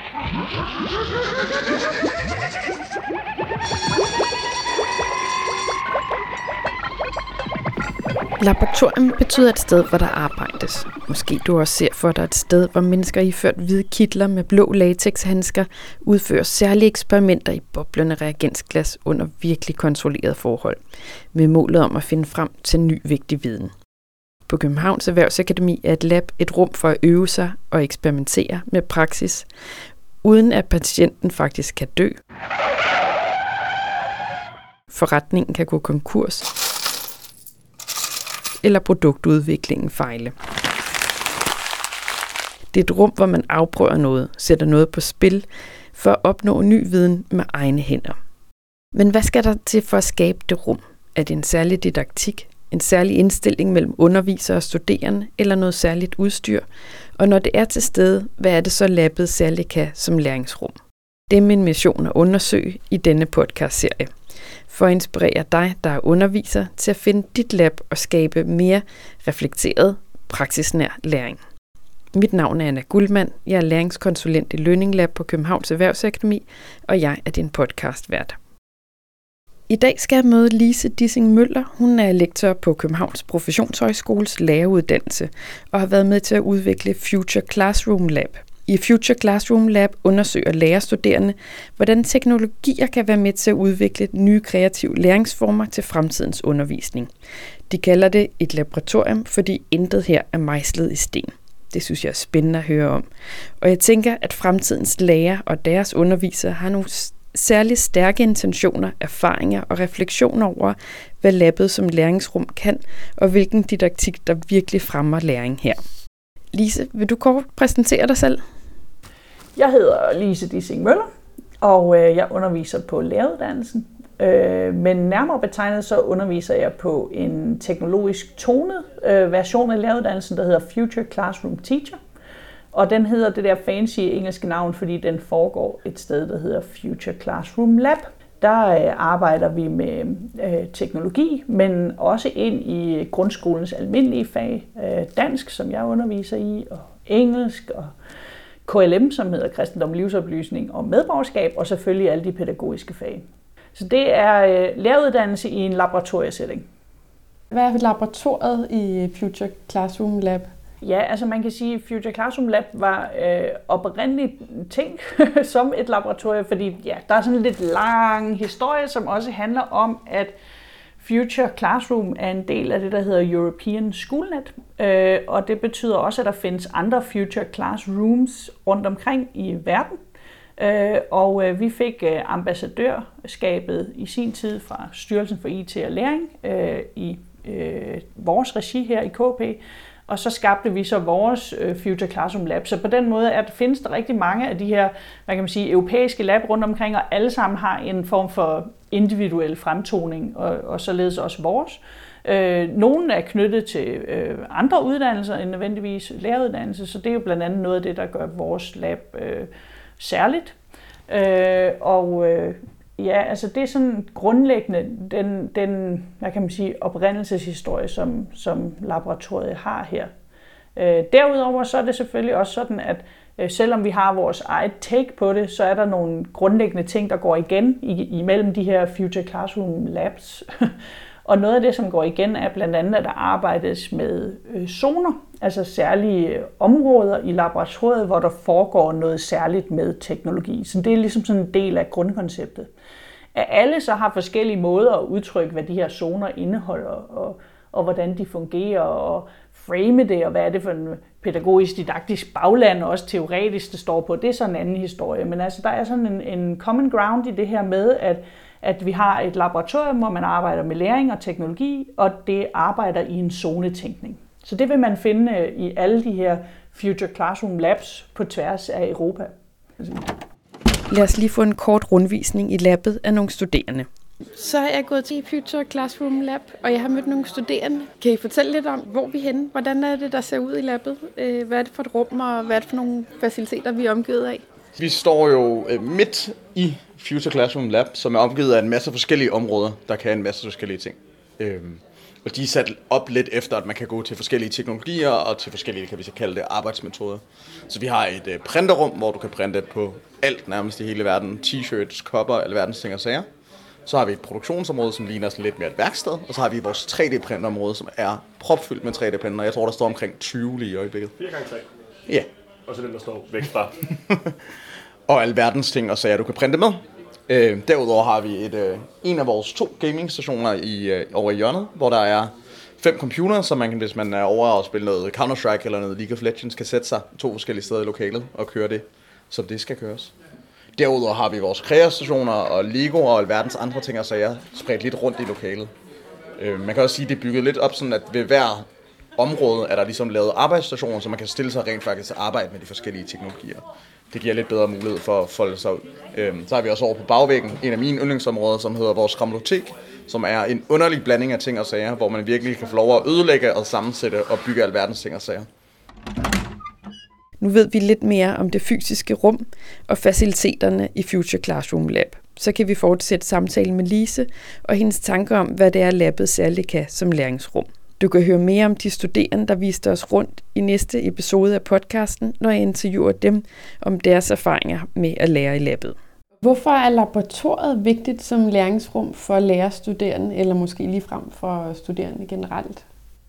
Laboratorium betyder et sted, hvor der arbejdes. Måske du også ser for dig et sted, hvor mennesker iført hvide kitler med blå latexhandsker udfører særlige eksperimenter i boblende reagensglas under virkelig kontrollerede forhold, med målet om at finde frem til ny vigtig viden. På Københavns Erhvervsakademi er et lab et rum for at øve sig og eksperimentere med praksis, uden at patienten faktisk kan dø. Forretningen kan gå konkurs, eller produktudviklingen fejle. Det er et rum, hvor man afprøver noget, sætter noget på spil, for at opnå ny viden med egne hænder. Men hvad skal der til for at skabe det rum? Er det en særlig didaktik, en særlig indstilling mellem undervisere og studerende, eller noget særligt udstyr? Og når det er til stede, hvad er det så labbet særligt kan som læringsrum? Det er min mission at undersøge i denne podcast-serie. For at inspirere dig, der er underviser, til at finde dit lab og skabe mere reflekteret, praksisnær læring. Mit navn er Anna Guldmann, jeg er læringskonsulent i Learning Lab på Københavns Erhvervsakademi, og jeg er din podcastvært. I dag skal jeg møde Lise Dissing Møller. Hun er lektor på Københavns Professionshøjskoles læreruddannelse og har været med til at udvikle Future Classroom Lab. I Future Classroom Lab undersøger lærerstuderende, hvordan teknologier kan være med til at udvikle nye kreative læringsformer til fremtidens undervisning. De kalder det et laboratorium, fordi intet her er mejslet i sten. Det synes jeg er spændende at høre om. Og jeg tænker, at fremtidens lærere og deres undervisere har nogle særligt stærke intentioner, erfaringer og refleksioner over, hvad labbet som læringsrum kan, og hvilken didaktik, der virkelig fremmer læring her. Lise, vil du kort præsentere dig selv? Jeg hedder Lise Dissing Møller, og jeg underviser på læreruddannelsen. Men nærmere betegnet så underviser jeg på en teknologisk tonet version af læreruddannelsen, der hedder Future Classroom Teacher. Og den hedder det der fancy engelske navn, fordi den foregår et sted, der hedder Future Classroom Lab. Der arbejder vi med teknologi, men også ind i grundskolens almindelige fag. Dansk, som jeg underviser i, og engelsk, og KLM, som hedder kristendom, livsoplysning og medborgerskab, og selvfølgelig alle de pædagogiske fag. Så det er læreruddannelse i en laboratoriesetting. Hvad er laboratoriet i Future Classroom Lab? Ja, altså man kan sige, at Future Classroom Lab var oprindeligt tænkt som et laboratorium, fordi ja, der er sådan en lidt lang historie, som også handler om, at Future Classroom er en del af det, der hedder European Schoolnet, og det betyder også, at der findes andre Future Classrooms rundt omkring i verden. Og vi fik ambassadørskabet i sin tid fra Styrelsen for IT og Læring i vores regi her i KP, og så skabte vi så vores Future Classroom Lab. Så på den måde findes der rigtig mange af de her, hvad kan man sige, europæiske lab rundt omkring, og alle sammen har en form for individuel fremtoning, og således også vores. Nogle er knyttet til andre uddannelser end nødvendigvis læreruddannelse, så det er jo blandt andet noget af det, der gør vores lab særligt. Ja, altså det er sådan grundlæggende den hvad kan man sige, oprindelseshistorie, som laboratoriet har her. Derudover så er det selvfølgelig også sådan, at selvom vi har vores eget take på det, så er der nogle grundlæggende ting, der går igen imellem de her Future Classroom Labs. Og noget af det, som går igen, er blandt andet, at der arbejdes med zoner, altså særlige områder i laboratoriet, hvor der foregår noget særligt med teknologi. Så det er ligesom sådan en del af grundkonceptet. At alle så har forskellige måder at udtrykke, hvad de her zoner indeholder, og hvordan de fungerer, og frame det, og hvad er det for en pædagogisk didaktisk bagland, og også teoretisk det står på. Det er sådan en anden historie. Men altså, der er sådan en common ground i det her med, at vi har et laboratorium, hvor man arbejder med læring og teknologi, og det arbejder i en zonetænkning. Så det vil man finde i alle de her Future Classroom Labs på tværs af Europa. Lad os lige få en kort rundvisning i labbet af nogle studerende. Så er jeg gået til Future Classroom Lab, og jeg har mødt nogle studerende. Kan I fortælle lidt om, hvor vi er henne? Hvordan er det, der ser ud i labbet? Hvad er det for et rum, og hvad er det for nogle faciliteter, vi er omgivet af? Vi står jo midt i Future Classroom Lab, som er omgivet af en masse forskellige områder, der kan en masse forskellige ting. Og de er sat op lidt efter, at man kan gå til forskellige teknologier og til forskellige, kan vi så kalde det, arbejdsmetoder. Så vi har et printerrum, hvor du kan printe på alt nærmest i hele verden. T-shirts, kopper, alverdens ting og sager. Så har vi et produktionsområde, som ligner sådan lidt mere et værksted. Og så har vi vores 3D-printerområde, som er propfyldt med 3D-printer. Jeg tror, der står omkring 20 lige i øjeblikket. 4x3? Ja. Og så den, der står væk fra. Og alverdens ting og sager, du kan printe med. Derudover har vi en af vores 2 gaming-stationer over i hjørnet, hvor der er 5 computere, så man kan, hvis man er over at spille noget Counter-Strike eller noget League of Legends, kan sætte sig 2 forskellige steder i lokalet og køre det, som det skal køres. Derudover har vi vores kreastationer og Lego og alverdens andre ting og sager spredt lidt rundt i lokalet. Man kan også sige, at det er bygget lidt op sådan, at ved hver område er der ligesom lavet arbejdsstationer, så man kan stille sig rent faktisk til arbejde med de forskellige teknologier. Det giver lidt bedre mulighed for at folde sig ud. Så har vi også over på bagvæggen en af mine yndlingsområder, som hedder vores Skramlotek, som er en underlig blanding af ting og sager, hvor man virkelig kan få lov at ødelægge og sammensætte og bygge alverdens ting og sager. Nu ved vi lidt mere om det fysiske rum og faciliteterne i Future Classroom Lab. Så kan vi fortsætte samtalen med Lise og hendes tanker om, hvad det er, labbet særligt kan som læringsrum. Du kan høre mere om de studerende, der viste os rundt i næste episode af podcasten, når jeg interviewer dem om deres erfaringer med at lære i labbet. Hvorfor er laboratoriet vigtigt som læringsrum for lærerstuderende, eller måske ligefrem for studerende generelt?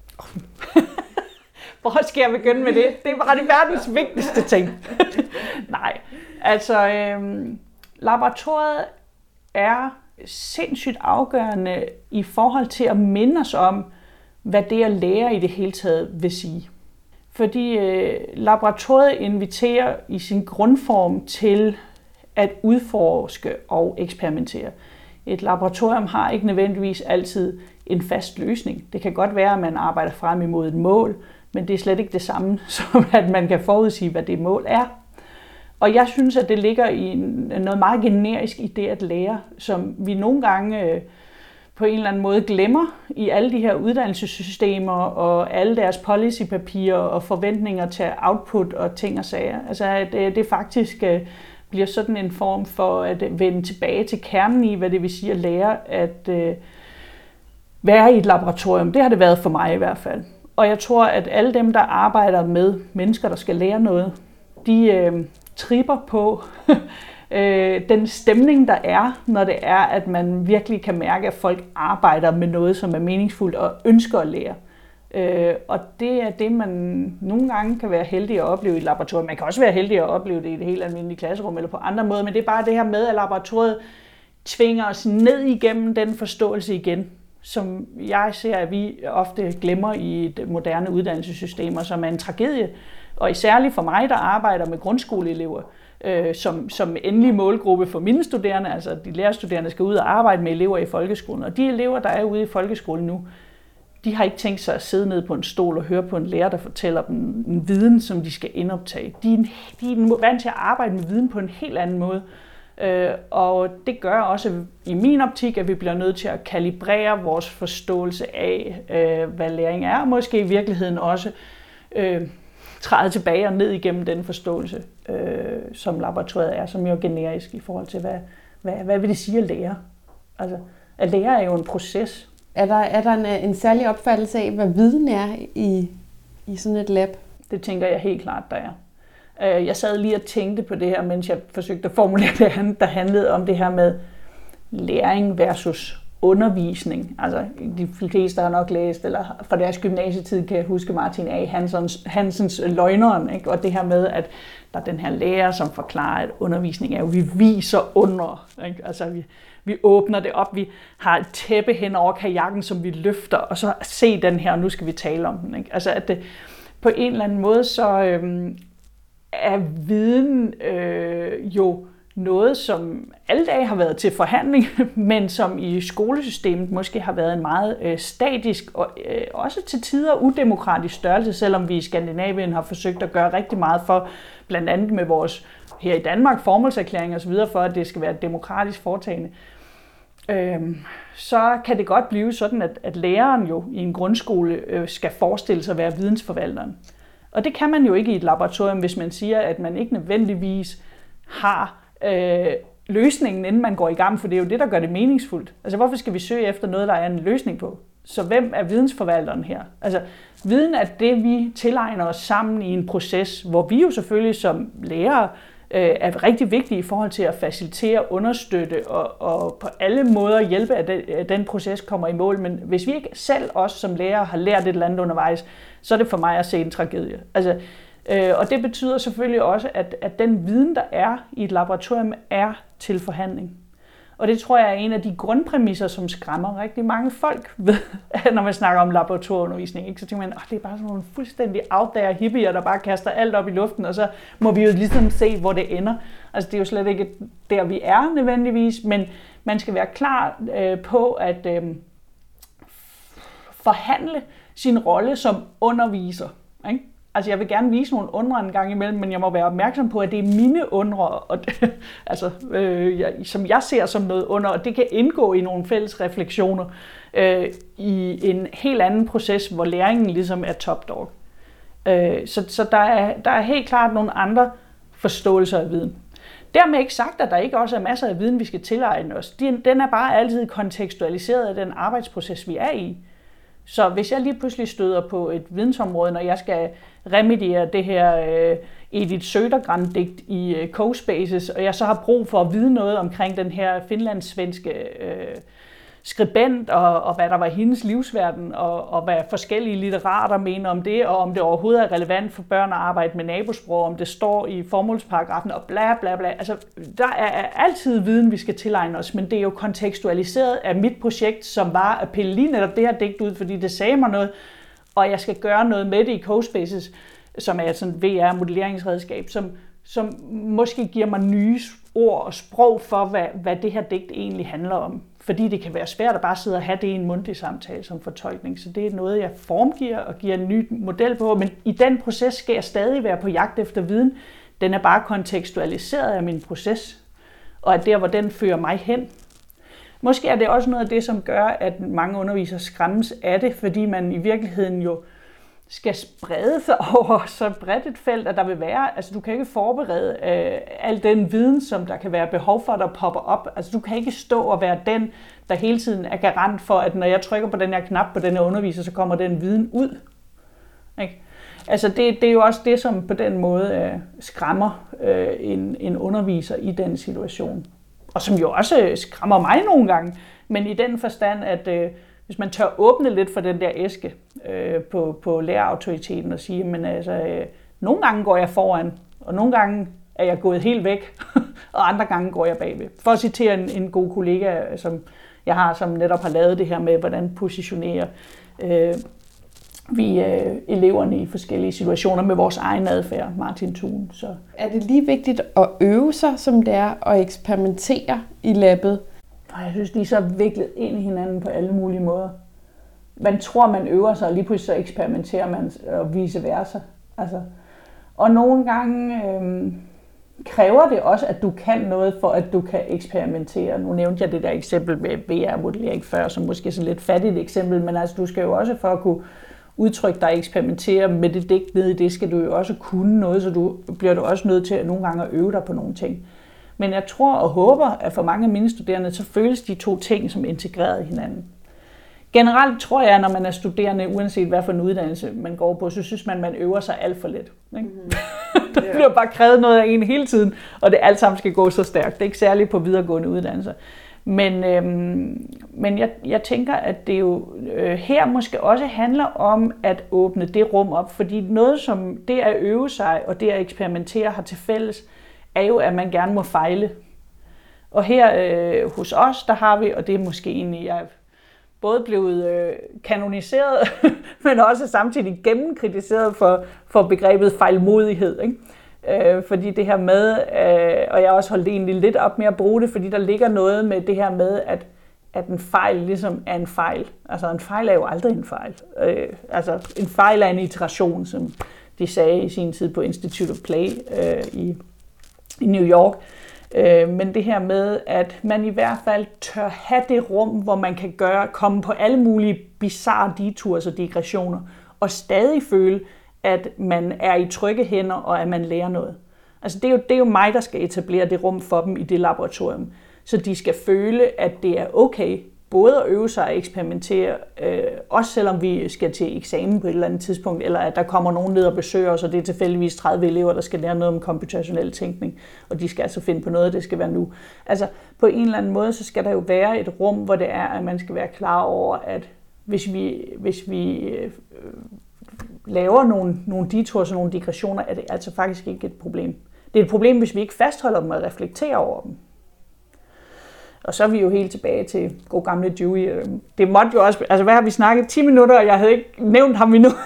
Hvor skal jeg begynde med det? Det er bare det verdens vigtigste ting. Nej, altså laboratoriet er sindssygt afgørende i forhold til at minde os om, hvad det at lære i det hele taget vil sige. Fordi laboratoriet inviterer i sin grundform til at udforske og eksperimentere. Et laboratorium har ikke nødvendigvis altid en fast løsning. Det kan godt være, at man arbejder frem imod et mål, men det er slet ikke det samme, som at man kan forudsige, hvad det mål er. Og jeg synes, at det ligger i noget meget generisk i det at lære, som vi nogle gange på en eller anden måde glemmer i alle de her uddannelsessystemer og alle deres policypapirer og forventninger til output og ting og sager. Altså at det faktisk bliver sådan en form for at vende tilbage til kernen i, hvad det vil sige at lære at være i et laboratorium. Det har det været for mig i hvert fald. Og jeg tror, at alle dem, der arbejder med mennesker, der skal lære noget, de tripper på den stemning, der er, når det er, at man virkelig kan mærke, at folk arbejder med noget, som er meningsfuldt og ønsker at lære. Og det er det, man nogle gange kan være heldig at opleve i et laboratorium. Man kan også være heldig at opleve det i det helt almindelige klasserum eller på andre måder, men det er bare det her med, at laboratoriet tvinger os ned igennem den forståelse igen, som jeg ser, at vi ofte glemmer i et moderne uddannelsessystem, og som er en tragedie. Og isærligt for mig, der arbejder med grundskoleelever, som endelig målgruppe for mine studerende, altså de lærerstuderende skal ud og arbejde med elever i folkeskolen. Og de elever, der er ude i folkeskolen nu, de har ikke tænkt sig at sidde ned på en stol og høre på en lærer, der fortæller dem en viden, som de skal indoptage. De er vant til at arbejde med viden på en helt anden måde. Og det gør også i min optik, at vi bliver nødt til at kalibrere vores forståelse af, hvad læring er, og måske i virkeligheden også træde tilbage og ned igennem den forståelse, som laboratoriet er, som jo er generisk i forhold til, hvad vil det sige at lære? Altså, at lære er jo en proces. Er der en særlig opfattelse af, hvad viden er i sådan et lab? Det tænker jeg helt klart, der er. Jeg sad lige og tænkte på det her, mens jeg forsøgte at formulere det, der handlede om det her med læring versus undervisning. Altså, de fleste har nok læst, eller fra deres gymnasietid kan jeg huske Martin A. Hansens Løgneren, ikke? Og det her med, at der er den her lærer, som forklarer, at undervisning er jo, vi viser under. Ikke? Altså, vi åbner det op, vi har et tæppe hen over kajakken, som vi løfter, og så se den her, og nu skal vi tale om den. Ikke? Altså, at det, på en eller anden måde, så er viden jo noget, som alle dage har været til forhandling, men som i skolesystemet måske har været en meget statisk og også til tider udemokratisk størrelse, selvom vi i Skandinavien har forsøgt at gøre rigtig meget for, blandt andet med vores, her i Danmark, formålserklæringer osv., for at det skal være et demokratisk foretagende. Så kan det godt blive sådan, at læreren jo i en grundskole skal forestille sig at være vidensforvalteren. Og det kan man jo ikke i et laboratorium, hvis man siger, at man ikke nødvendigvis har løsningen, inden man går i gang, for det er jo det, der gør det meningsfuldt. Altså, hvorfor skal vi søge efter noget, der er en løsning på? Så hvem er vidensforvalteren her? Altså, viden er det, vi tilegner os sammen i en proces, hvor vi jo selvfølgelig som lærere er rigtig vigtige i forhold til at facilitere, understøtte og på alle måder hjælpe, at den proces kommer i mål. Men hvis vi ikke selv også som lærere har lært et eller andet undervejs, så er det for mig at se en tragedie. Altså, og det betyder selvfølgelig også, at den viden, der er i et laboratorium, er til forhandling. Og det tror jeg er en af de grundpræmisser, som skræmmer rigtig mange folk ved, når man snakker om laboratorieundervisning. Ikke? Så tænker man, det er bare sådan nogle fuldstændig out there hippier, der bare kaster alt op i luften, og så må vi jo ligesom se, hvor det ender. Altså det er jo slet ikke der, vi er nødvendigvis, men man skal være klar på at forhandle sin rolle som underviser. Ikke? Altså jeg vil gerne vise nogle undre en gang imellem, men jeg må være opmærksom på, at det er mine undre, og som jeg ser som noget under, og det kan indgå i nogle fælles refleksioner i en helt anden proces, hvor læringen ligesom er top dog. Så der er helt klart nogle andre forståelser af viden. Dermed ikke sagt, at der ikke også er masser af viden, vi skal tilegne os. Den er bare altid kontekstualiseret af den arbejdsproces, vi er i. Så hvis jeg lige pludselig støder på et vidensområde, når jeg skal remediere det her Edith Södergran-digt i CoSpaces, og jeg så har brug for at vide noget omkring den her finlandssvenske skribent, og hvad der var hendes livsverden, og hvad forskellige litterater mener om det, og om det overhovedet er relevant for børn at arbejde med nabosprog, om det står i formålsparagrafen, og bla bla bla. Altså, der er altid viden, vi skal tilegne os, men det er jo kontekstualiseret af mit projekt, som var at pille lige netop det her digt ud, fordi det sagde mig noget, og jeg skal gøre noget med det i CoSpaces, som er et sådan VR-modelleringsredskab, som måske giver mig nye ord og sprog for, hvad det her digt egentlig handler om. Fordi det kan være svært at bare sidde og have det i en mundtlig samtale som fortolkning. Så det er noget, jeg formgiver og giver en ny model på. Men i den proces skal jeg stadig være på jagt efter viden. Den er bare kontekstualiseret af min proces, og er der, hvor den fører mig hen. Måske er det også noget af det, som gør, at mange undervisere skræmmes af det, fordi man i virkeligheden jo skal sprede sig over så bredt et felt, at der vil være, altså du kan ikke forberede al den viden, som der kan være behov for, der popper op. Altså du kan ikke stå og være den, der hele tiden er garant for, at når jeg trykker på den her knap på den her underviser, så kommer den viden ud. Ikke? Altså det er jo også det, som på den måde skræmmer en underviser i den situation. Og som jo også skræmmer mig nogle gange, men i den forstand, at hvis man tør åbne lidt for den der æske på lærerautoriteten og sige, men altså, nogle gange går jeg foran, og nogle gange er jeg gået helt væk, og andre gange går jeg bagved. For at citere en god kollega, som jeg har, som netop har lavet det her med, hvordan positionerer vi eleverne i forskellige situationer med vores egen adfærd, Martin Thun. Så. Er det lige vigtigt at øve sig, som det er, at eksperimentere i labbet? Jeg synes, de er så viklet ind i hinanden på alle mulige måder. Man tror, man øver sig, og lige pludselig så eksperimenterer man og vice versa. Altså. Og nogle gange kræver det også, at du kan noget, for at du kan eksperimentere. Nu nævnte jeg det der eksempel med VR-modellering før, som måske er sådan lidt fattigt eksempel, men altså, du skal jo også for at kunne udtrykke dig og eksperimentere med det digt nede i det, skal du jo også kunne noget, så bliver du også nødt til at nogle gange at øve dig på nogle ting. Men jeg tror og håber, at for mange af mine studerende, så føles de to ting som integreret i hinanden. Generelt tror jeg, når man er studerende, uanset hvad for en uddannelse man går på, så synes man øver sig alt for lidt. Ikke? Der bliver bare krævet noget af en hele tiden, og det alt sammen skal gå så stærkt. Det er ikke særligt på videregående uddannelser. Men jeg tænker, at det jo her måske også handler om at åbne det rum op, fordi noget som det at øve sig og det at eksperimentere har til fælles, er jo, at man gerne må fejle. Og her hos os, der har vi, og det er måske egentlig, jeg er både blevet kanoniseret, men også samtidig gennemkritiseret for begrebet fejlmodighed. Ikke? Fordi det her med, og jeg har også holdt egentlig lidt op med at bruge det, fordi der ligger noget med det her med, at en fejl ligesom er en fejl. Altså en fejl er jo aldrig en fejl. Altså en fejl er en iteration, som de sagde i sin tid på Institute of Play i New York. Men det her med, at man i hvert fald tør have det rum, hvor man kan komme på alle mulige bizarre detours og digressioner, og stadig føle, at man er i trygge hænder, og at man lærer noget. Altså det er jo mig, der skal etablere det rum for dem i det laboratorium. Så de skal føle, at det er okay, både at øve sig og eksperimentere, også selvom vi skal til eksamen på et eller andet tidspunkt, eller at der kommer nogen ned og besøger os, og det er tilfældigvis 30 elever, der skal lære noget om komputationel tænkning, og de skal altså finde på noget, det skal være nu. Altså på en eller anden måde, så skal der jo være et rum, hvor det er, at man skal være klar over, at hvis vi laver nogle detours og nogle digressioner, er det altså faktisk ikke et problem. Det er et problem, hvis vi ikke fastholder dem og reflekterer over dem. Og så er vi jo helt tilbage til god gamle Dewey. Det måtte jo også... Altså, hvad har vi snakket? 10 minutter, og jeg havde ikke nævnt ham endnu.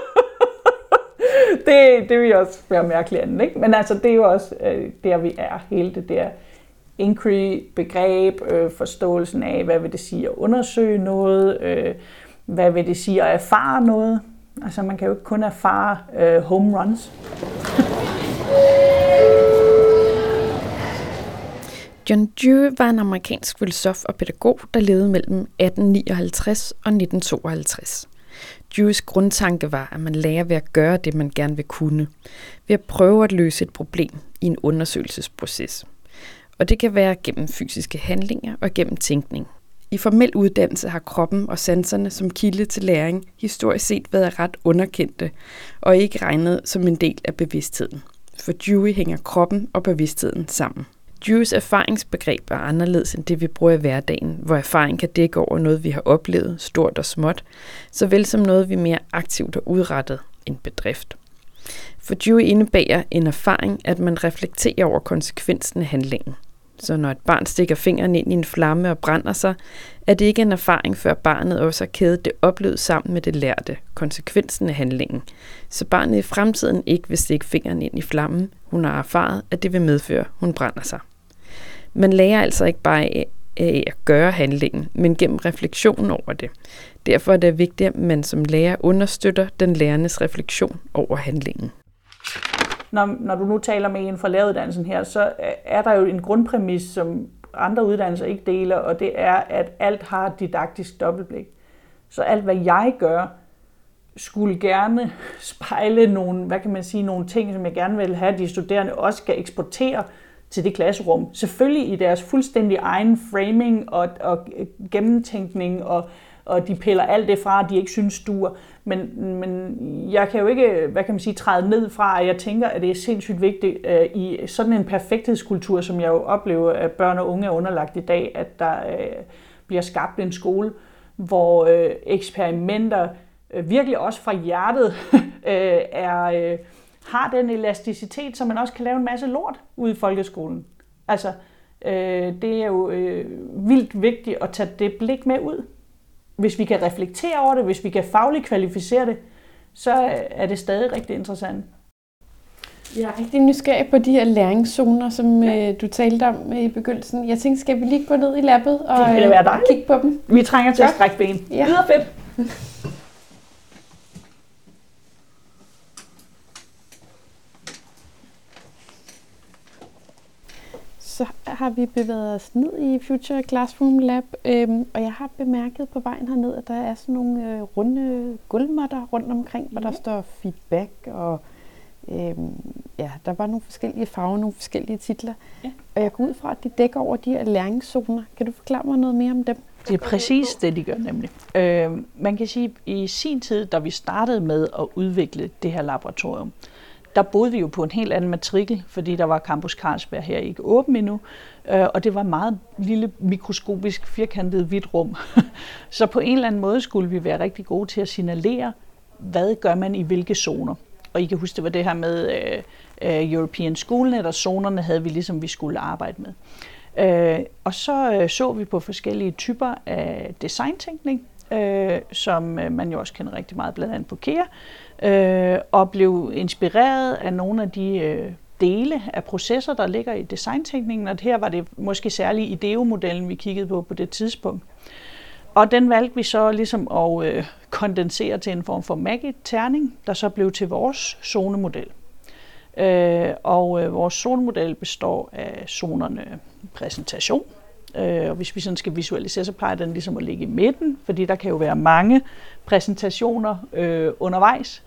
det vil jo også være mærkeligt andet, ikke? Men altså, det er jo også der, vi er. Hele det der inquiry-begreb, forståelsen af, hvad vil det sige at undersøge noget, hvad vil det sige at erfare noget. Altså, man kan jo ikke kun erfare home runs. John Dewey var en amerikansk filosof og pædagog, der levede mellem 1859 og 1952. Deweys grundtanke var, at man lærer ved at gøre det, man gerne vil kunne, ved at prøve at løse et problem i en undersøgelsesproces. Og det kan være gennem fysiske handlinger og gennem tænkning. I formel uddannelse har kroppen og sanserne som kilde til læring historisk set været ret underkendte og ikke regnet som en del af bevidstheden. For Dewey hænger kroppen og bevidstheden sammen. Deweys erfaringsbegreb er anderledes end det, vi bruger i hverdagen, hvor erfaring kan dække over noget, vi har oplevet, stort og småt, såvel som noget, vi mere aktivt har udrettet end bedrift. For Dewey indebærer en erfaring, at man reflekterer over konsekvensen af handlingen. Så når et barn stikker fingeren ind i en flamme og brænder sig, er det ikke en erfaring, før barnet også har kædet det oplevede sammen med det lærte, konsekvensen af handlingen. Så barnet i fremtiden ikke vil stikke fingeren ind i flammen, hun har erfaret, at det vil medføre, hun brænder sig. Man lærer altså ikke bare af at gøre handlingen, men gennem refleksion over det. Derfor er det vigtigt, at man som lærer understøtter den lærendes refleksion over handlingen. Når du nu taler med en fra læreruddannelsen her, så er der jo en grundpræmis, som andre uddannelser ikke deler, og det er, at alt har didaktisk dobbeltblik. Så alt, hvad jeg gør, skulle gerne spejle nogle ting, som jeg gerne vil have, at de studerende også skal eksportere til det klasserum. Selvfølgelig i deres fuldstændig egen framing og gennemtænkning, og de piller alt det fra, de ikke synes duer. Men jeg kan jo ikke, træde ned fra, at jeg tænker, at det er sindssygt vigtigt i sådan en perfekthedskultur, som jeg jo oplever, at børn og unge er underlagt i dag, at der bliver skabt en skole, hvor eksperimenter virkelig også fra hjertet har den elasticitet, så man også kan lave en masse lort ude i folkeskolen. Altså, det er jo vildt vigtigt at tage det blik med ud. Hvis vi kan reflektere over det, hvis vi kan fagligt kvalificere det, så er det stadig rigtig interessant. Jeg er rigtig nysgerrig på de her læringszoner, som du talte om i begyndelsen. Jeg tænkte, skal vi lige gå ned i labbet og kigge på dem? Vi trænger til at strække ben. Ja. Videre fedt! Så har vi bevæget os ned i Future Classroom Lab, og jeg har bemærket på vejen herned, at der er sådan nogle runde gulvmåtter rundt omkring, hvor der står feedback, og der var nogle forskellige farver, nogle forskellige titler. Ja. Og jeg går ud fra, at de dækker over de her læringszoner. Kan du forklare mig noget mere om dem? Det er præcis det, de gør nemlig. Man kan sige, at i sin tid, da vi startede med at udvikle det her laboratorium, der boede vi jo på en helt anden matrikel, fordi der var Campus Carlsberg her ikke åben endnu, og det var et meget lille mikroskopisk firkantet hvidt rum. Så på en eller anden måde skulle vi være rigtig gode til at signalere, hvad gør man i hvilke zoner. Og I kan huske, det var det her med European Schoolnet, og zonerne havde vi ligesom vi skulle arbejde med. Og så vi på forskellige typer af designtænkning, som man jo også kender rigtig meget, blandt andet på KEA, og blev inspireret af nogle af de dele af processer, der ligger i designtænkningen, og her var det måske særligt IDEO-modellen, vi kiggede på det tidspunkt. Og den valgte vi så ligesom at kondensere til en form for Magit-terning, der så blev til vores zonemodel. Og vores zonemodel består af zonerne præsentation. Og hvis vi sådan skal visualisere, så plejer den ligesom at ligge i midten, fordi der kan jo være mange præsentationer undervejs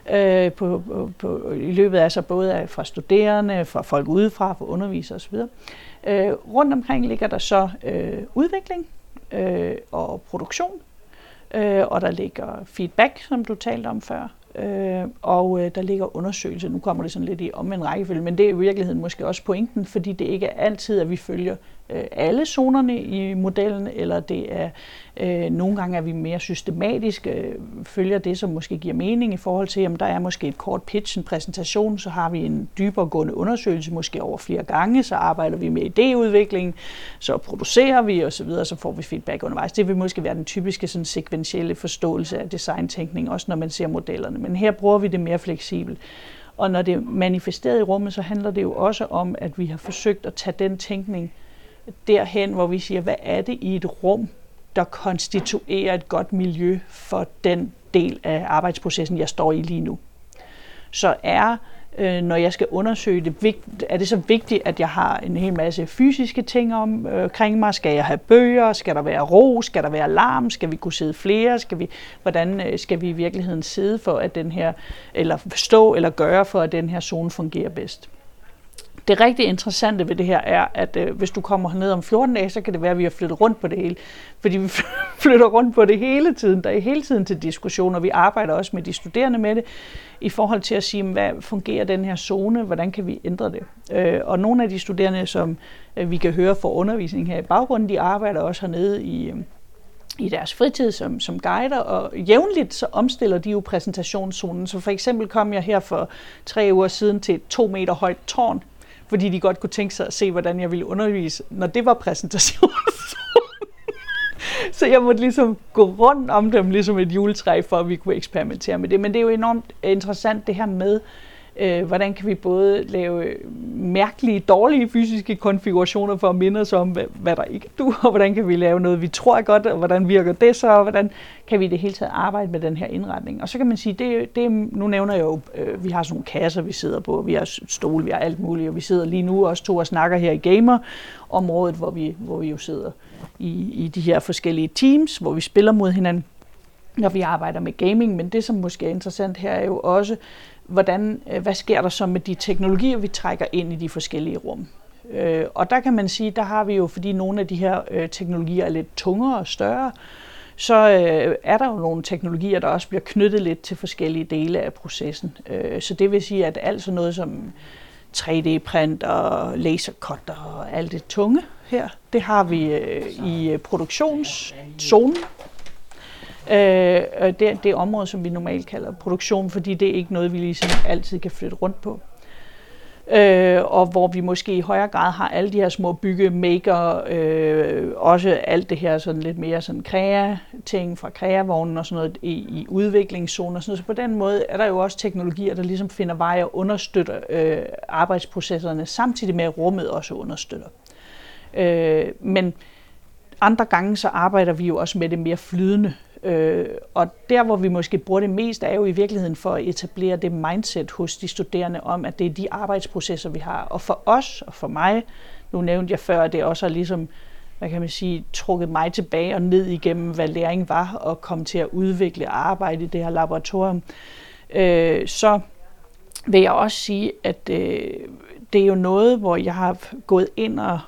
i løbet af så både fra studerende, fra folk udefra, fra undervisere osv. Rundt omkring ligger der så udvikling, og produktion, og der ligger feedback, som du talte om før, og der ligger undersøgelse. Nu kommer det sådan lidt i omvendt rækkefølge, men det er i virkeligheden måske også pointen, fordi det ikke er altid, at vi følger alle zonerne i modellen, eller det er nogle gange, at vi mere systematisk følger det, som måske giver mening i forhold til, om der er måske et kort pitch, en præsentation, så har vi en dybere gående undersøgelse, måske over flere gange, så arbejder vi med idéudvikling, så producerer vi osv., så får vi feedback undervejs. Det vil måske være den typiske sådan sekventielle forståelse af designtænkning, også når man ser modellerne, men her bruger vi det mere fleksibelt. Og når det er manifesteret i rummet, så handler det jo også om, at vi har forsøgt at tage den tænkning derhen, hvor vi siger, hvad er det i et rum, der konstituerer et godt miljø for den del af arbejdsprocessen, jeg står i lige nu. Så når jeg skal undersøge det, er det så vigtigt, at jeg har en hel masse fysiske ting omkring mig? Skal jeg have bøger? Skal der være ro? Skal der være larm? Skal vi kunne sidde flere? Hvordan skal vi i virkeligheden sidde for, at den her, eller stå eller gøre for, at den her zone fungerer bedst? Det rigtig interessante ved det her er, at hvis du kommer herned om 14 dage, så kan det være, at vi har flyttet rundt på det hele. Fordi vi flytter rundt på det hele tiden. Der er hele tiden til diskussioner. Vi arbejder også med de studerende med det, i forhold til at sige, hvad fungerer den her zone, hvordan kan vi ændre det. Og nogle af de studerende, som vi kan høre for undervisning her i baggrunden, de arbejder også hernede i deres fritid som guider, og jævnligt så omstiller de jo præsentationszonen. Så for eksempel kom jeg her for 3 uger siden til et 2 meter højt tårn, fordi de godt kunne tænke sig at se, hvordan jeg ville undervise, når det var præsentationen. Så jeg måtte ligesom gå rundt om dem, ligesom et juletræ, for at vi kunne eksperimentere med det. Men det er jo enormt interessant det her med, hvordan kan vi både lave mærkelige, dårlige fysiske konfigurationer for at minde os om, hvad der ikke duer, og hvordan kan vi lave noget, vi tror er godt, og hvordan virker det så, og hvordan kan vi i det hele taget arbejde med den her indretning. Og så kan man sige, nu nævner jeg jo, vi har sådan nogle kasser, vi sidder på, vi har stole, vi har alt muligt, og vi sidder lige nu også 2 og snakker her i gamer-området, hvor vi jo sidder i de her forskellige teams, hvor vi spiller mod hinanden, når vi arbejder med gaming. Men det, som måske er interessant her, er jo også, hvad sker der så med de teknologier, vi trækker ind i de forskellige rum. Og der kan man sige, der har vi jo, fordi nogle af de her teknologier er lidt tungere og større, så er der jo nogle teknologier, der også bliver knyttet lidt til forskellige dele af processen. Så det vil sige, at alt sådan noget som 3D-print og lasercutter og alt det tunge her, det har vi i produktionszonen. Det område, som vi normalt kalder produktion, fordi det er ikke noget, vi ligesom altid kan flytte rundt på. Og hvor vi måske i højere grad har alle de her små maker, også alt det her sådan lidt mere sådan ting fra kreavognen og sådan noget i udviklingszoner og sådan noget. Så på den måde er der jo også teknologier, der ligesom finder vej og understøtter arbejdsprocesserne, samtidig med at rummet også understøtter. Men andre gange så arbejder vi jo også med det mere flydende. Og der, hvor vi måske bruger det mest, er jo i virkeligheden for at etablere det mindset hos de studerende om, at det er de arbejdsprocesser, vi har. Og for os og for mig, nu nævnte jeg før, at det også har ligesom, trukket mig tilbage og ned igennem, hvad læring var, og komme til at udvikle arbejde i det her laboratorium. Så vil jeg også sige, at det er jo noget, hvor jeg har gået ind og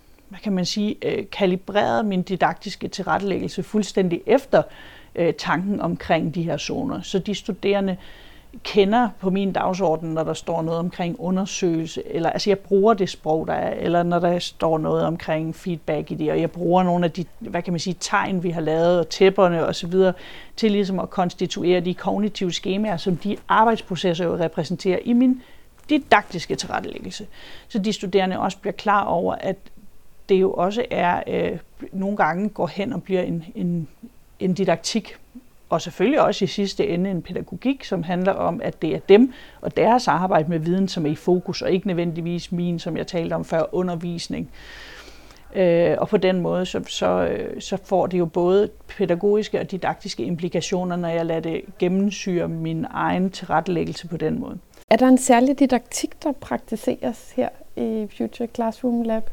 kalibreret min didaktiske tilrettelæggelse fuldstændig efter tanken omkring de her zoner. Så de studerende kender på min dagsorden, når der står noget omkring undersøgelse, eller altså jeg bruger det sprog, der er, eller når der står noget omkring feedback i det, og jeg bruger nogle af de, tegn, vi har lavet, og tæpperne og så videre, til ligesom at konstituere de kognitive skemaer, som de arbejdsprocesser jo repræsenterer i min didaktiske tilrettelæggelse. Så de studerende også bliver klar over, at det jo også er, nogle gange går hen og bliver en didaktik, og selvfølgelig også i sidste ende en pædagogik, som handler om, at det er dem og deres arbejde med viden, som er i fokus, og ikke nødvendigvis min, som jeg talte om før, undervisning. Og på den måde, så får det jo både pædagogiske og didaktiske implikationer, når jeg lader det gennemsyre min egen tilrettelæggelse på den måde. Er der en særlig didaktik, der praktiseres her i Future Classroom Lab?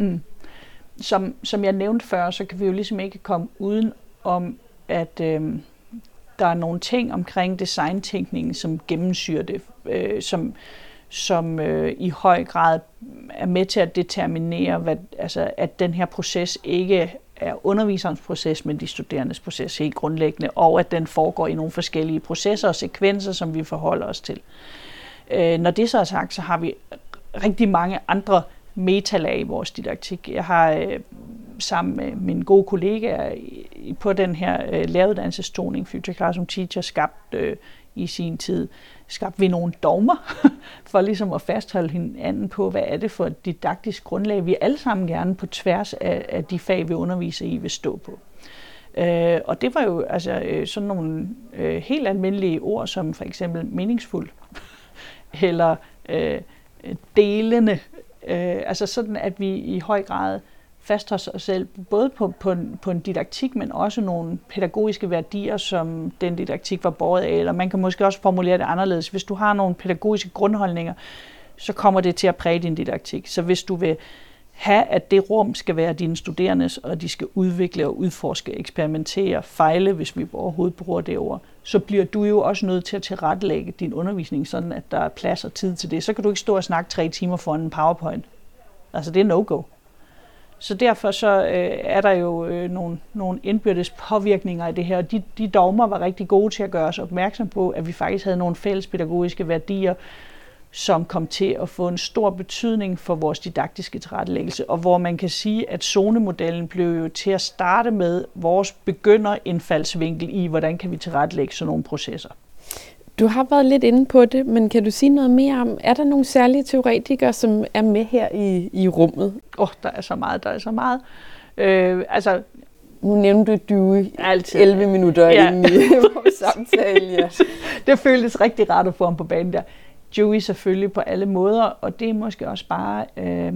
Som jeg nævnte før, så kan vi jo ligesom ikke komme uden om, at der er nogle ting omkring designtænkningen, som gennemsyrer det, som i høj grad er med til at determinere, at den her proces ikke er underviserens proces, men de studerendes proces helt grundlæggende, og at den foregår i nogle forskellige processer og sekvenser, som vi forholder os til. Når det så er sagt, så har vi rigtig mange andre metalag i vores didaktik. Jeg har sammen med mine gode kollegaer på den her læreruddannelsestoning, Future Classroom Teacher, skabt i sin tid, skabte vi nogle dogmer for ligesom at fastholde hinanden på, hvad er det for et didaktisk grundlag, vi alle sammen gerne på tværs af de fag, vi underviser i, vil stå på. Og det var jo altså sådan nogle helt almindelige ord, som for eksempel meningsfuld, eller delende, altså sådan, at vi i høj grad fastholder os selv både på en didaktik, men også nogle pædagogiske værdier, som den didaktik var båret af. Eller man kan måske også formulere det anderledes. Hvis du har nogle pædagogiske grundholdninger, så kommer det til at præge din didaktik. Så hvis du vil have, at det rum skal være dine studerendes, og de skal udvikle og udforske, eksperimentere, fejle, hvis vi overhovedet bruger det ord, så bliver du jo også nødt til at tilrettelægge din undervisning, sådan at der er plads og tid til det. Så kan du ikke stå og snakke 3 timer foran en PowerPoint. Altså det er no-go. Så derfor så er der jo nogle indbyrdes påvirkninger i det her, og de dogmer var rigtig gode til at gøre os opmærksom på, at vi faktisk havde nogle fælles pædagogiske værdier, som kom til at få en stor betydning for vores didaktiske tilrettelæggelse, og hvor man kan sige, at zonemodellen blev jo til at starte med vores begynderindfaldsvinkel i, hvordan kan vi tilrettelægge sådan nogle processer. Du har været lidt inde på det, men kan du sige noget mere om, er der nogle særlige teoretikere, som er med her i rummet? Der er så meget. Nu nævnte du Dewey 11 minutter inde i vores samtale. Ja. Det føltes rigtig rart at få ham på banen der. Dewey selvfølgelig på alle måder, og det er måske også bare...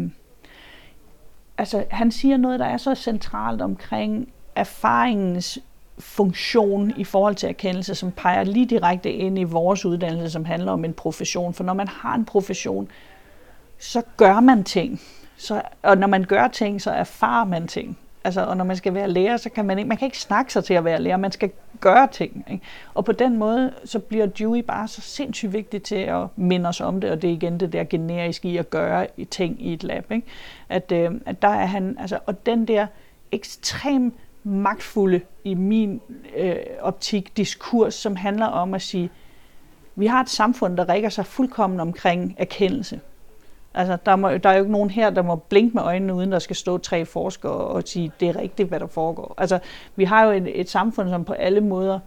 han siger noget, der er så centralt omkring erfaringens funktion i forhold til erkendelse, som peger lige direkte ind i vores uddannelse, som handler om en profession. For når man har en profession, så gør man ting. Og når man gør ting, så erfarer man ting. Og når man skal være lærer, så kan man kan ikke snakke sig til at være lærer, man skal gøre ting. Ikke? Og på den måde, så bliver Dewey bare så sindssygt vigtig til at minde os om det, og det er igen det der generiske i at gøre ting i et lab. Ikke? At der er han, og den der ekstrem magtfulde i min optik diskurs, som handler om at sige, vi har et samfund, der rigger sig fuldkommen omkring erkendelse. Der er jo ikke nogen her, der må blinke med øjnene, uden der skal stå 3 forskere og sige, det er rigtigt, hvad der foregår. Vi har jo et samfund, som på alle måder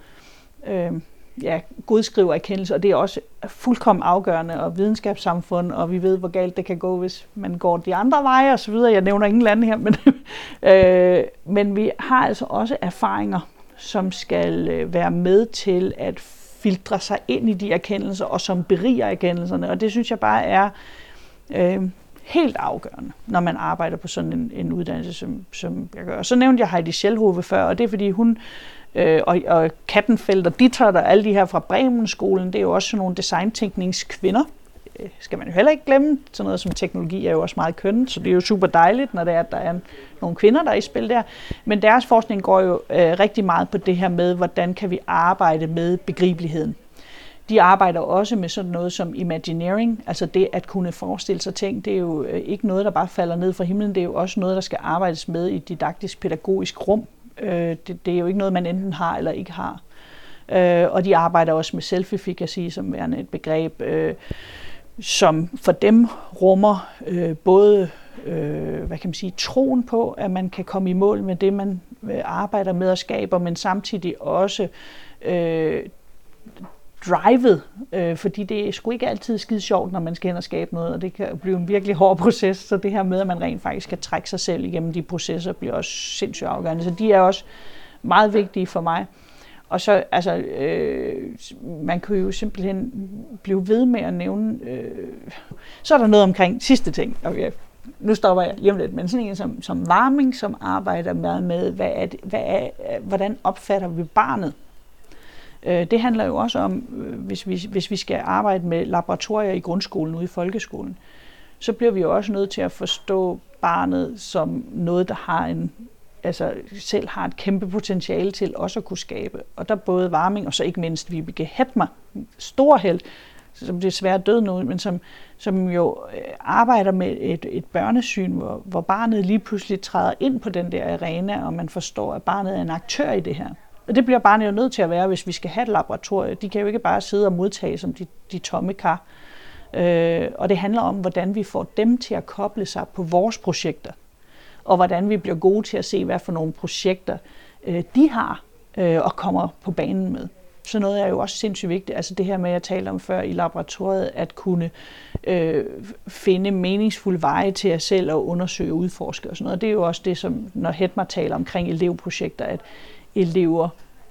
godskriver erkendelse, og det er også fuldkommen afgørende, og videnskabssamfund, og vi ved, hvor galt det kan gå, hvis man går de andre veje, og så videre. Jeg nævner ingen lande her, men vi har altså også erfaringer, som skal være med til at filtre sig ind i de erkendelser, og som beriger erkendelserne, og det synes jeg bare er helt afgørende, når man arbejder på sådan en uddannelse, som jeg gør. Og så nævnte jeg Heidi Schellhove før, og det er fordi hun og Kattenfeldt og Dittert og alle de her fra Bremen-skolen, det er jo også sådan nogle designtænkningskvinder. Skal man jo heller ikke glemme. Sådan noget som teknologi er jo også meget kønnet, så det er jo super dejligt, når det er, at der er nogle kvinder, der er i spil der. Men deres forskning går jo rigtig meget på det her med, hvordan kan vi arbejde med begribeligheden. De arbejder også med sådan noget som imagineering, altså det at kunne forestille sig ting. Det er jo ikke noget, der bare falder ned fra himlen, det er jo også noget, der skal arbejdes med i et didaktisk pædagogisk rum. Det er jo ikke noget, man enten har eller ikke har. Og de arbejder også med self-efficacy, som værende et begreb, som for dem rummer både troen på, at man kan komme i mål med det, man arbejder med og skaber, men samtidig også drivet, fordi det er sgu ikke altid skide sjovt, når man skal hen og skabe noget, og det kan blive en virkelig hård proces, så det her med, at man rent faktisk kan trække sig selv igennem de processer, bliver også sindssygt afgørende. Så de er også meget vigtige for mig. Og så, man kan jo simpelthen blive ved med at nævne, så er der noget omkring sidste ting. Okay. Nu stopper jeg lige om lidt, men sådan en som Warming, som arbejder med, hvordan opfatter vi barnet? Det handler jo også om, hvis vi skal arbejde med laboratorier i grundskolen ude i folkeskolen, så bliver vi jo også nødt til at forstå barnet som noget, der selv har et kæmpe potentiale til også at kunne skabe. Og der både Warming og så ikke mindst Vibeke Hedmer, stor held, som desværre død nu, men som jo arbejder med et børnesyn, hvor barnet lige pludselig træder ind på den der arena, og man forstår, at barnet er en aktør i det her. Og det bliver barnet jo nødt til at være, hvis vi skal have et laboratorie. De kan jo ikke bare sidde og modtage som de tomme kar. Og det handler om, hvordan vi får dem til at koble sig på vores projekter, og hvordan vi bliver gode til at se, hvad for nogle projekter de har og kommer på banen med. Så noget er jo også sindssygt vigtigt. Altså det her med, jeg talte om før i laboratoriet, at kunne finde meningsfulde veje til at selv at undersøge og udforske og sådan noget. Det er jo også det, som når Hedmar taler omkring elevprojekter, at elever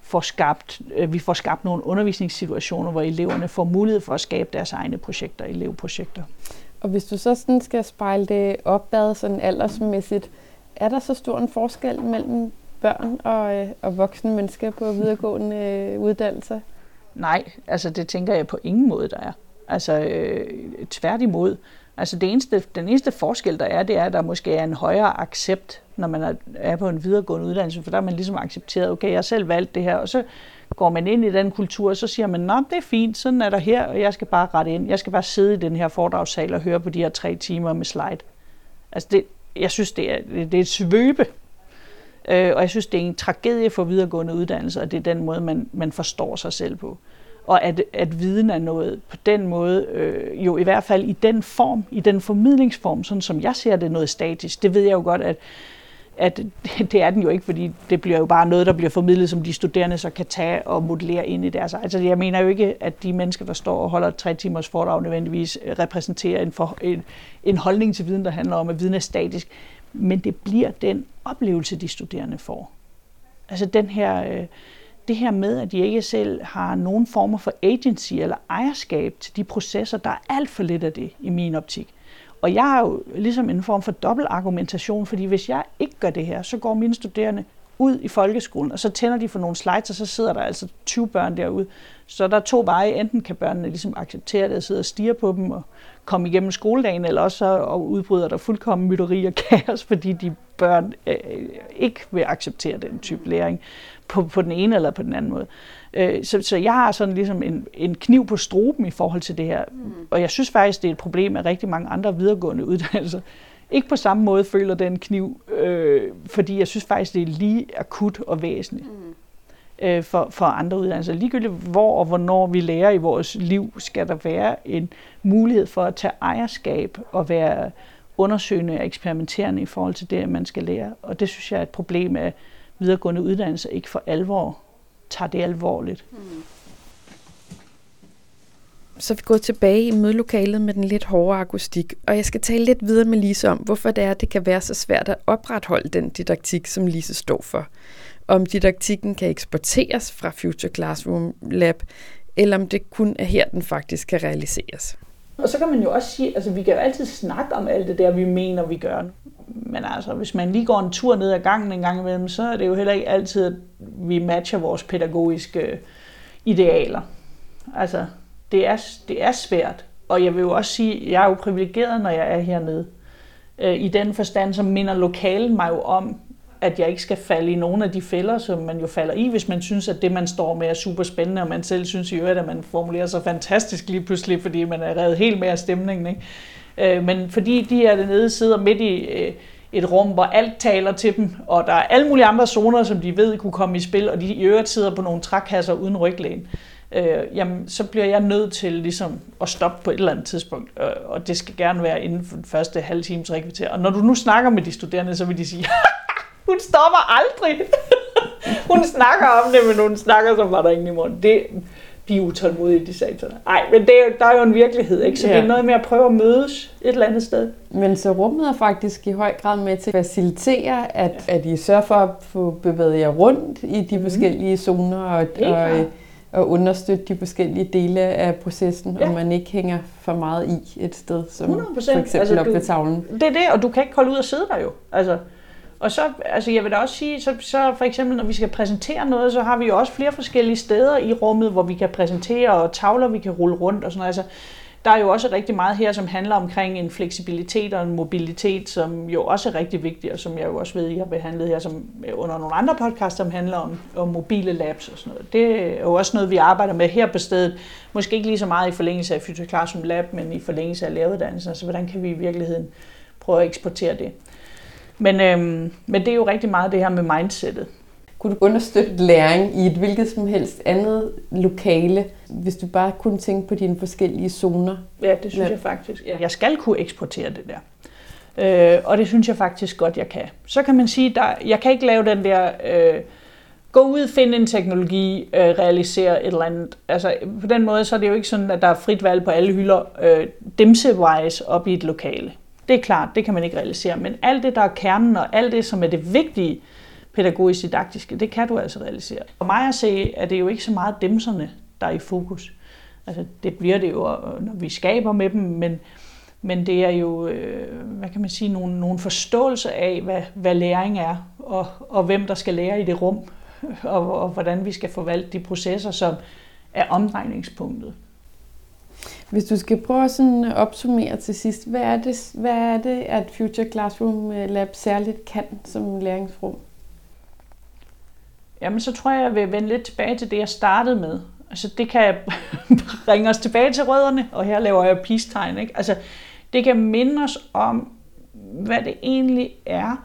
vi får skabt nogle undervisningssituationer, hvor eleverne får mulighed for at skabe deres egne projekter, elevprojekter. Og hvis du så sådan skal spejle det opad sådan aldersmæssigt, er der så stor en forskel mellem børn og voksne mennesker på videregående uddannelser? Nej, altså det tænker jeg på ingen måde, der er. Altså tværtimod. Altså den eneste forskel, der er, det er, at der måske er en højere accept, når man er på en videregående uddannelse, for der er man ligesom accepteret, okay, jeg har selv valgt det her, og så går man ind i den kultur, og så siger man, nå, det er fint, sådan er der her, og jeg skal bare rette ind. Jeg skal bare sidde i den her foredragssal og høre på de her 3 timer med slide. Altså jeg synes, det er et svøbe. Og jeg synes, det er en tragedie for videregående uddannelser, og det er den måde, man forstår sig selv på. Og at viden er noget på den måde, jo i hvert fald i den form, i den formidlingsform, sådan som jeg ser det, noget statisk. Det ved jeg jo godt, at det er den jo ikke, fordi det bliver jo bare noget, der bliver formidlet, som de studerende så kan tage og modellere ind i deres. Altså jeg mener jo ikke, at de mennesker, der står og holder 3 timers foredrag, nødvendigvis repræsenterer en holdning til viden, der handler om, at viden er statisk. Men det bliver den oplevelse, de studerende får. Altså det her med, at de ikke selv har nogen former for agency eller ejerskab til de processer, der er alt for lidt af det i min optik. Og jeg har jo ligesom en form for dobbelt argumentation, fordi hvis jeg ikke gør det her, så går mine studerende ud i folkeskolen, og så tænder de for nogle slides, og så sidder der altså 20 børn derude. Så der er 2 veje. Enten kan børnene ligesom acceptere det og sidde og stirre på dem og komme igennem skoledagen, eller også så udbryder der fuldkommen mytteri og kaos, fordi de børn ikke vil acceptere den type læring på den ene eller på den anden måde. Så jeg har sådan ligesom en kniv på struben i forhold til det her. Og jeg synes faktisk, det er et problem, at rigtig mange andre videregående uddannelser ikke på samme måde føler den kniv, fordi jeg synes faktisk, det er lige akut og væsentligt for andre uddannelser. Ligegyldigt hvor og hvornår vi lærer i vores liv, skal der være en mulighed for at tage ejerskab og være undersøgende og eksperimenterende i forhold til det, man skal lære. Og det synes jeg er et problem, at videregående uddannelser ikke for alvor tager det alvorligt. Så er vi gået tilbage i mødelokalet med den lidt hårde akustik, og jeg skal tale lidt videre med Lise om, hvorfor det kan være så svært at opretholde den didaktik, som Lise står for. Om didaktikken kan eksporteres fra Future Classroom Lab, eller om det kun er her, den faktisk kan realiseres. Og så kan man jo også sige, altså vi kan jo altid snakke om alt det der, vi mener, vi gør. Men altså, hvis man lige går en tur ned ad gangen en gang imellem, så er det jo heller ikke altid, at vi matcher vores pædagogiske idealer. Altså, det er svært. Og jeg vil jo også sige, at jeg er jo privilegeret, når jeg er hernede. I den forstand, så minder lokalen mig jo om, at jeg ikke skal falde i nogle af de fælder, som man jo falder i, hvis man synes, at det, man står med, er super spændende, og man selv synes i øvrigt, at man formulerer sig fantastisk lige pludselig, fordi man er revet helt med af stemningen. Ikke? Men fordi de her dernede sidder midt i et rum, hvor alt taler til dem, og der er alle mulige andre zoner, som de ved kunne komme i spil, og de i øvrigt sidder på nogle trækasser uden ryglæn, jamen, så bliver jeg nødt til ligesom at stoppe på et eller andet tidspunkt, og det skal gerne være inden for den første halve time, 3 kvarter. Og når du nu snakker med de studerende, så vil de sige, hun stopper aldrig. Hun snakker om det, men hun snakker, så var der ingen i morgen. De er utålmodige, de sataner. Nej, men der er jo en virkelighed, ikke? Så det er noget med at prøve at mødes et eller andet sted. Men så rummet er faktisk i høj grad med til at facilitere, at I sørger for at få bevæget jer rundt i de forskellige zoner og understøtte de forskellige dele af processen, og man ikke hænger for meget i et sted, som 100%. For eksempel op ved tavlen. Det er det, og du kan ikke holde ud og sidde der jo. Og så, jeg vil da også sige, så for eksempel, når vi skal præsentere noget, så har vi jo også flere forskellige steder i rummet, hvor vi kan præsentere, og tavler, vi kan rulle rundt og sådan noget. Der er jo også rigtig meget her, som handler omkring en fleksibilitet og en mobilitet, som jo også er rigtig vigtig, og som jeg jo også ved, I har behandlet her som under nogle andre podcasts, som handler om mobile labs og sådan noget. Det er jo også noget, vi arbejder med her på stedet. Måske ikke lige så meget i forlængelse af Future Classroom Lab, men i forlængelse af læreruddannelsen. Altså, hvordan kan vi i virkeligheden prøve at eksportere det? Men det er jo rigtig meget det her med mindsetet. Kunne du understøtte læring i et hvilket som helst andet lokale, hvis du bare kunne tænke på dine forskellige zoner? Ja, det synes jeg faktisk. Jeg skal kunne eksportere det der. Og det synes jeg faktisk godt, jeg kan. Så kan man sige, at jeg kan ikke lave den der gå ud, finde en teknologi, realisere et eller andet. Altså på den måde, så er det jo ikke sådan, at der er frit valg på alle hylder, dimsevejs op i et lokale. Det er klart, det kan man ikke realisere. Men alt det, der er kernen, og alt det, som er det vigtige, pædagogisk didaktiske, det kan du altså realisere. For mig at se, er det jo ikke så meget dimserne, der er i fokus. Altså, det bliver det jo, når vi skaber med dem, men det er jo, hvad kan man sige, nogle forståelse af, hvad læring er, og hvem der skal lære i det rum, og hvordan vi skal forvalte de processer, som er omdrejningspunktet. Hvis du skal prøve sådan at opsummere til sidst, hvad er det, at Future Classroom Lab særligt kan som læringsrum? Jamen, så tror jeg vil vende lidt tilbage til det, jeg startede med. Altså, det kan bringe os tilbage til rødderne, og her laver jeg peace-tegn, ikke? Altså, det kan minde os om, hvad det egentlig er,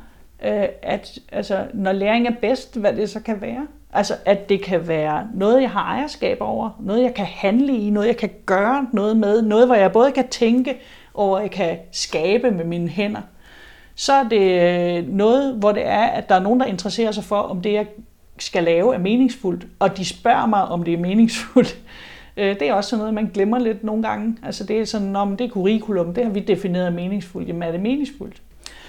når læring er bedst, hvad det så kan være. Altså, at det kan være noget, jeg har ejerskab over, noget, jeg kan handle i, noget, jeg kan gøre noget med, noget, hvor jeg både kan tænke, og hvor jeg kan skabe med mine hænder. Så er det noget, hvor det er, at der er nogen, der interesserer sig for, om det, jeg skal lave, er meningsfuldt, og de spørger mig, om det er meningsfuldt. Det er også sådan noget, man glemmer lidt nogle gange. Altså, det er sådan, om det er curriculum, det har vi defineret meningsfuldt. Jamen, er det meningsfuldt?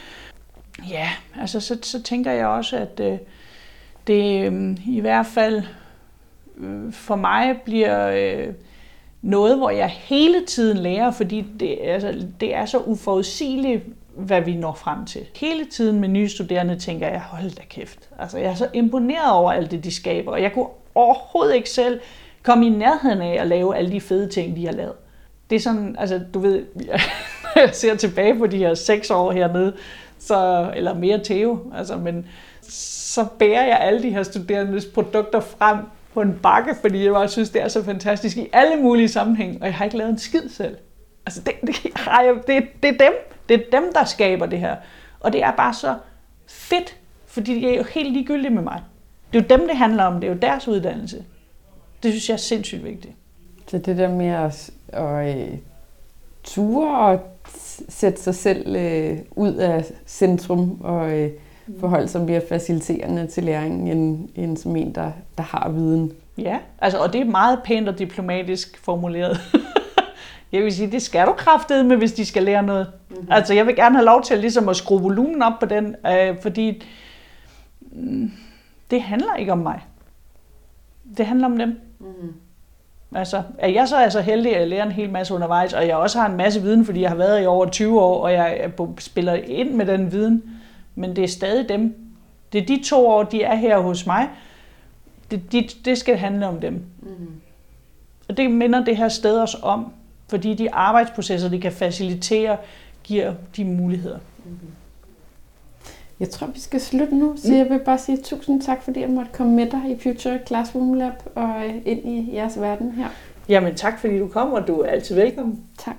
Ja, altså, så tænker jeg også, at det i hvert fald for mig bliver noget, hvor jeg hele tiden lærer, fordi det er så uforudsigeligt, hvad vi når frem til. Hele tiden med nye studerende tænker jeg, hold da kæft. Altså, jeg er så imponeret over alt det, de skaber, og jeg kunne overhovedet ikke selv komme i nærheden af at lave alle de fede ting, de har lavet. Det er sådan, altså du ved, jeg ser tilbage på de her 6 år hernede, eller mere Theo, altså, men så bærer jeg alle de her studerendes produkter frem på en bakke, fordi jeg bare synes, det er så fantastisk i alle mulige sammenhæng, og jeg har ikke lavet en skid selv. Altså, det er dem. Det er dem, der skaber det her. Og det er bare så fedt, fordi de er jo helt ligegyldige med mig. Det er jo dem, det handler om. Det er jo deres uddannelse. Det synes jeg er sindssygt vigtigt. Så det der med at ture og sætte sig selv ud af centrum og forholde sig mere faciliterende til læring, end som en, der har viden. Ja, altså, og det er meget pænt og diplomatisk formuleret. Jeg vil sige, det skal du kraftedeme, hvis de skal lære noget. Mm-hmm. Altså, jeg vil gerne have lov til ligesom at skrue volumen op på den, fordi det handler ikke om mig. Det handler om dem. Mm-hmm. Altså, er jeg så altså heldig, at jeg lærer en hel masse undervejs, og jeg også har en masse viden, fordi jeg har været i over 20 år, og jeg spiller ind med den viden, men det er stadig dem. Det er de 2 år, de er her hos mig. Det skal handle om dem. Mm-hmm. Og det minder det her sted os om, fordi de arbejdsprocesser, de kan facilitere, giver de muligheder. Mm-hmm. Jeg tror, vi skal slutte nu, så jeg vil bare sige tusind tak, fordi jeg måtte komme med dig i Future Classroom Lab og ind i jeres verden her. Jamen tak, fordi du kom, og du er altid velkommen. Tak.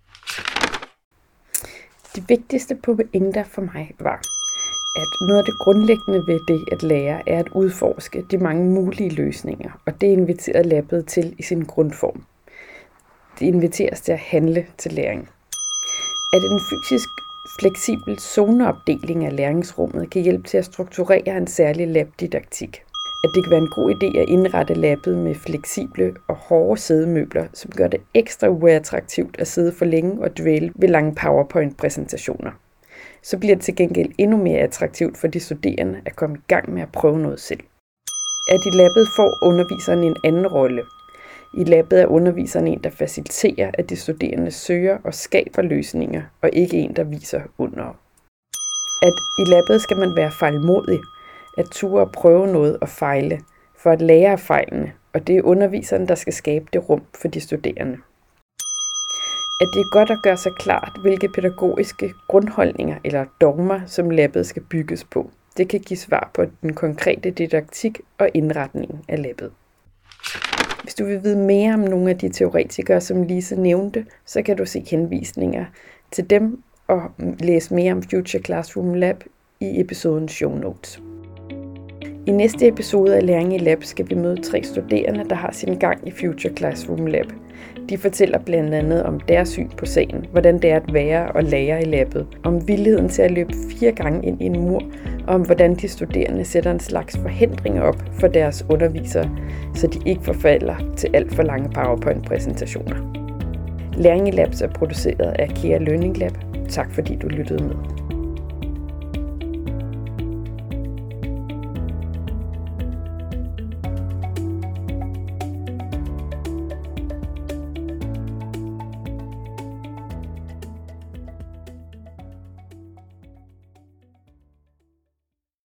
Det vigtigste pointer for mig var, at noget af det grundlæggende ved det at lære, er at udforske de mange mulige løsninger, og det inviterer labbet til i sin grundform. Det inviteres til at handle til læring. At en fysisk fleksibel zoneopdeling af læringsrummet kan hjælpe til at strukturere en særlig labdidaktik. At det kan være en god idé at indrette labbet med fleksible og hårde sædemøbler, som gør det ekstra uattraktivt at sidde for længe og dvæle ved lange PowerPoint-præsentationer. Så bliver det til gengæld endnu mere attraktivt for de studerende at komme i gang med at prøve noget selv. At i labbet får underviseren en anden rolle. I labbet er underviseren en, der faciliterer, at de studerende søger og skaber løsninger, og ikke en, der viser under. At i labbet skal man være fejlmodig, at ture og prøve noget og fejle, for at lære af fejlene, og det er underviseren, der skal skabe det rum for de studerende. at det er godt at gøre sig klart, hvilke pædagogiske grundholdninger eller dogmer, som labbet skal bygges på. Det kan give svar på den konkrete didaktik og indretningen af labbet. Hvis du vil vide mere om nogle af de teoretikere, som Lise nævnte, så kan du se henvisninger til dem og læse mere om Future Classroom Lab i episodens show notes. I næste episode af Læring i Lab skal vi møde 3 studerende, der har sin gang i Future Classroom Lab. De fortæller blandt andet om deres syn på sagen, hvordan det er at være og lære i labbet, om villigheden til at løbe 4 gange ind i en mur, og om hvordan de studerende sætter en slags forhindringer op for deres undervisere, så de ikke forfalder til alt for lange PowerPoint-præsentationer. Læring i Labs er produceret af Kea Learning Lab. Tak fordi du lyttede med.